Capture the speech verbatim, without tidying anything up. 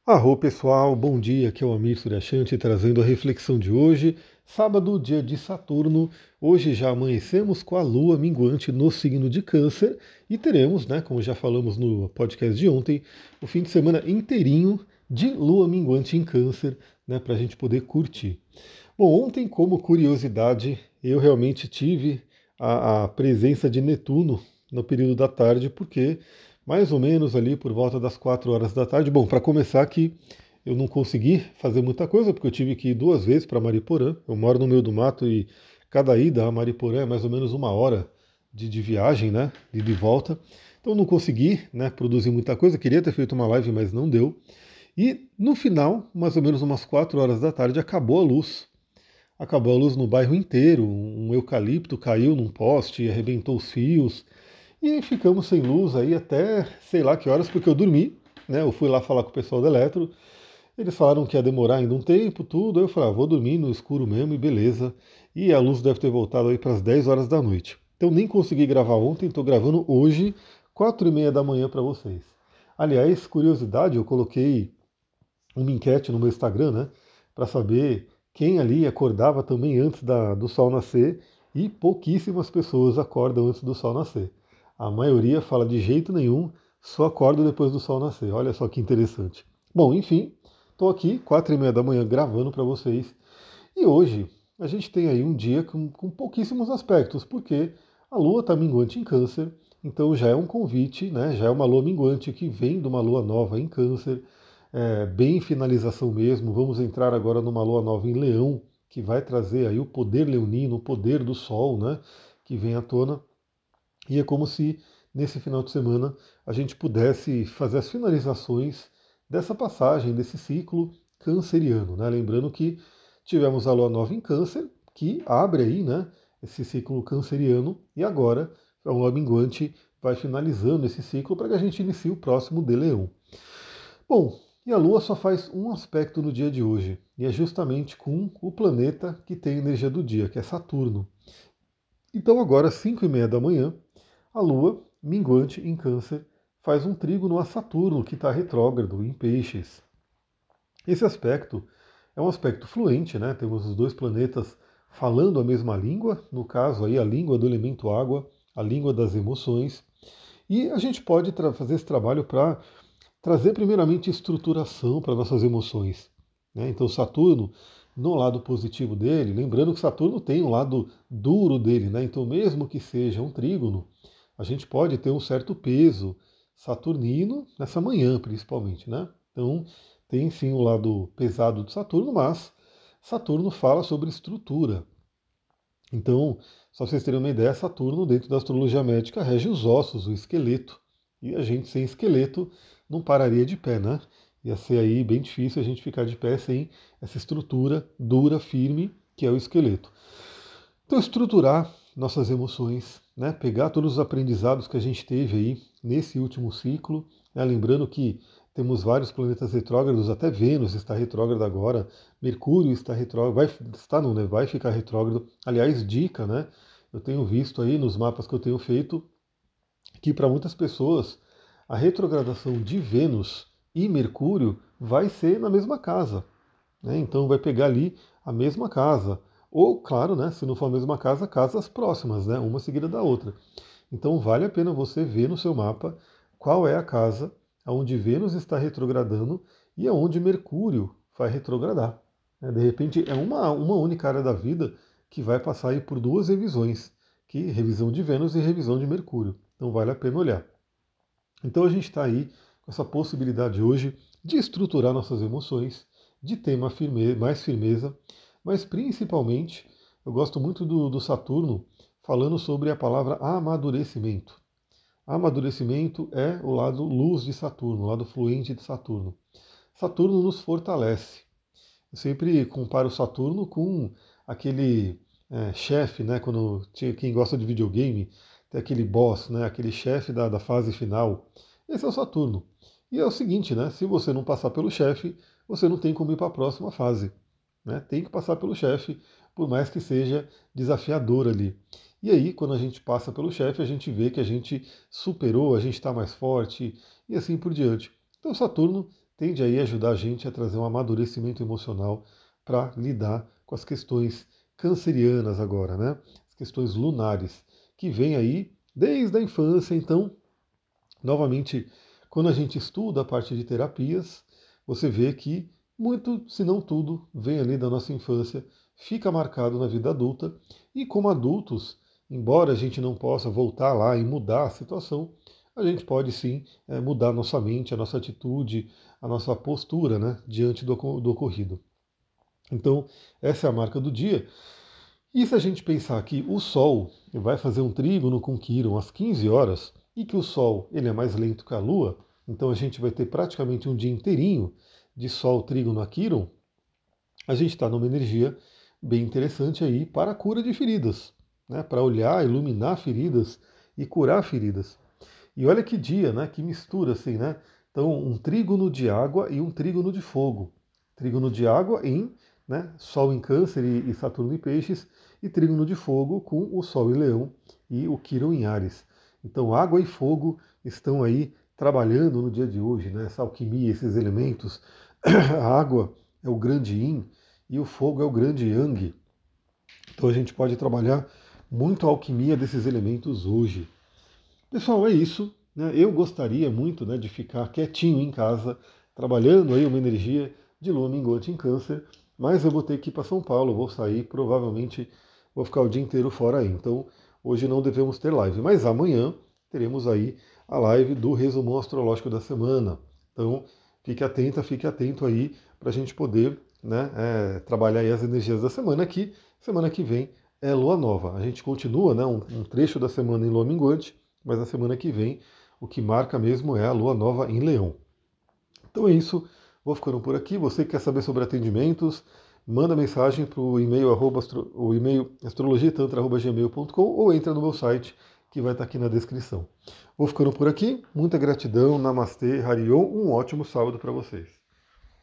Arro pessoal, bom dia, aqui é o Amir Suryashanti trazendo a reflexão de hoje, sábado, dia de Saturno. Hoje já amanhecemos com a Lua minguante no signo de Câncer e teremos, né, como já falamos no podcast de ontem, o fim de semana inteirinho de Lua minguante em Câncer, né, para a gente poder curtir. Bom, ontem, como curiosidade, eu realmente tive a, a presença de Netuno no período da tarde, porque mais ou menos ali por volta das quatro horas da tarde. Bom, para começar aqui, eu não consegui fazer muita coisa, porque eu tive que ir duas vezes para Mariporã. Eu moro no meio do mato e cada ida a Mariporã é mais ou menos uma hora de, de viagem, né? De, de volta. Então eu não consegui, né, produzir muita coisa. Queria ter feito uma live, mas não deu. E no final, mais ou menos umas quatro horas da tarde, acabou a luz. Acabou a luz no bairro inteiro. Um eucalipto caiu num poste e arrebentou os fios. E aí ficamos sem luz aí até sei lá que horas, porque eu dormi, né? Eu fui lá falar com o pessoal da Eletro, eles falaram que ia demorar ainda um tempo, tudo. Aí eu falei, ah, vou dormir no escuro mesmo e beleza. E a luz deve ter voltado aí para as dez horas da noite. Então nem consegui gravar ontem, estou gravando hoje, quatro e meia da manhã para vocês. Aliás, curiosidade, eu coloquei uma enquete no meu Instagram, né? Para saber quem ali acordava também antes da, do sol nascer e pouquíssimas pessoas acordam antes do sol nascer. A maioria fala de jeito nenhum, só acorda depois do sol nascer. Olha só que interessante. Bom, enfim, estou aqui, quatro e meia da manhã, gravando para vocês. E hoje a gente tem aí um dia com, com pouquíssimos aspectos, porque a Lua está minguante em Câncer, então já é um convite, né? Já é uma Lua minguante que vem de uma Lua nova em Câncer, é, bem finalização mesmo. Vamos entrar agora numa Lua nova em Leão, que vai trazer aí o poder leonino, o poder do Sol, né? Que vem à tona. E é como se nesse final de semana a gente pudesse fazer as finalizações dessa passagem, desse ciclo canceriano, né? Lembrando que tivemos a Lua Nova em Câncer, que abre aí, né, esse ciclo canceriano, e agora a Lua minguante vai finalizando esse ciclo para que a gente inicie o próximo de Leão. Bom, e a Lua só faz um aspecto no dia de hoje, e é justamente com o planeta que tem a energia do dia, que é Saturno. Então agora, às cinco e meia da manhã, a Lua, minguante em Câncer, faz um trígono a Saturno, que está retrógrado em Peixes. Esse aspecto é um aspecto fluente, né? Temos os dois planetas falando a mesma língua, no caso aí a língua do elemento água, a língua das emoções, e a gente pode fazer esse trabalho para trazer primeiramente estruturação para nossas emoções, né? Então Saturno, no lado positivo dele, lembrando que Saturno tem um lado duro dele, né? Então mesmo que seja um trígono, a gente pode ter um certo peso saturnino nessa manhã, principalmente, né? Então tem sim o lado pesado de Saturno, mas Saturno fala sobre estrutura. Então, só para vocês terem uma ideia, Saturno, dentro da astrologia médica, rege os ossos, o esqueleto. E a gente sem esqueleto não pararia de pé, né? Ia ser aí bem difícil a gente ficar de pé sem essa estrutura dura, firme, que é o esqueleto. Então, estruturar nossas emoções, né? Pegar todos os aprendizados que a gente teve aí nesse último ciclo, né? Lembrando que temos vários planetas retrógrados, até Vênus está retrógrado agora, Mercúrio está retrógrado, vai, está não, né? Vai ficar retrógrado. Aliás, dica, né? Eu tenho visto aí nos mapas que eu tenho feito que para muitas pessoas a retrogradação de Vênus e Mercúrio vai ser na mesma casa, né? Então vai pegar ali a mesma casa. Ou, claro, né, se não for a mesma casa, casas próximas, né, uma seguida da outra. Então vale a pena você ver no seu mapa qual é a casa onde Vênus está retrogradando e aonde Mercúrio vai retrogradar, né? De repente é uma, uma única área da vida que vai passar aí por duas revisões, que revisão de Vênus e revisão de Mercúrio. Então vale a pena olhar. Então a gente está aí com essa possibilidade hoje de estruturar nossas emoções, de ter uma firme, mais firmeza, mas principalmente eu gosto muito do, do Saturno falando sobre a palavra amadurecimento. Amadurecimento é o lado luz de Saturno, o lado fluente de Saturno. Saturno nos fortalece. Eu sempre comparo Saturno com aquele é, chefe, né? Quando quem gosta de videogame tem aquele boss, né? Aquele chefe da, da fase final. Esse é o Saturno. E é o seguinte, né? Se você não passar pelo chefe, você não tem como ir para a próxima fase, né? Tem que passar pelo chefe, por mais que seja desafiador ali. E aí, quando a gente passa pelo chefe, a gente vê que a gente superou, a gente está mais forte e assim por diante. Então, Saturno tende aí a ajudar a gente a trazer um amadurecimento emocional para lidar com as questões cancerianas agora, né? As questões lunares, que vêm aí desde a infância. Então, novamente, quando a gente estuda a parte de terapias, você vê que muito, se não tudo, vem ali da nossa infância, fica marcado na vida adulta, e como adultos, embora a gente não possa voltar lá e mudar a situação, a gente pode sim é, mudar a nossa mente, a nossa atitude, a nossa postura, né, diante do, do ocorrido. Então, essa é a marca do dia. E se a gente pensar que o Sol vai fazer um trígono com Quirón às quinze horas, e que o Sol ele é mais lento que a Lua, então a gente vai ter praticamente um dia inteirinho de Sol trígono a Quirón, a gente está numa energia bem interessante aí para a cura de feridas, né? Para olhar, iluminar feridas e curar feridas. E olha que dia, né? Que mistura assim, né? Então, um trígono de água e um trígono de fogo. Trígono de água em, né, Sol em Câncer e, e Saturno em Peixes, e trígono de fogo com o Sol em Leão e o Quirón em Áries. Então, água e fogo estão aí trabalhando no dia de hoje, né? Essa alquimia, esses elementos. A água é o grande Yin e o fogo é o grande Yang. Então, a gente pode trabalhar muito a alquimia desses elementos hoje. Pessoal, é isso. Né? Eu gostaria muito, né, de ficar quietinho em casa, trabalhando aí uma energia de lua minguante em Câncer, mas eu vou ter que ir para São Paulo, vou sair, provavelmente vou ficar o dia inteiro fora aí. Então, hoje não devemos ter live, mas amanhã teremos aí a live do resumão astrológico da semana. Então, fique atenta, fique atento aí para a gente poder, né, é, trabalhar aí as energias da semana aqui. Semana que vem é lua nova. A gente continua, né, um, um trecho da semana em lua minguante, mas na semana que vem o que marca mesmo é a lua nova em Leão. Então é isso, vou ficando por aqui. Você que quer saber sobre atendimentos, manda mensagem para o e-mail, astro, o e-mail astrologiatantra arroba gmail ponto com ou entra no meu site que vai estar aqui na descrição. Vou ficando por aqui, muita gratidão, Namastê, Harion, um ótimo sábado para vocês.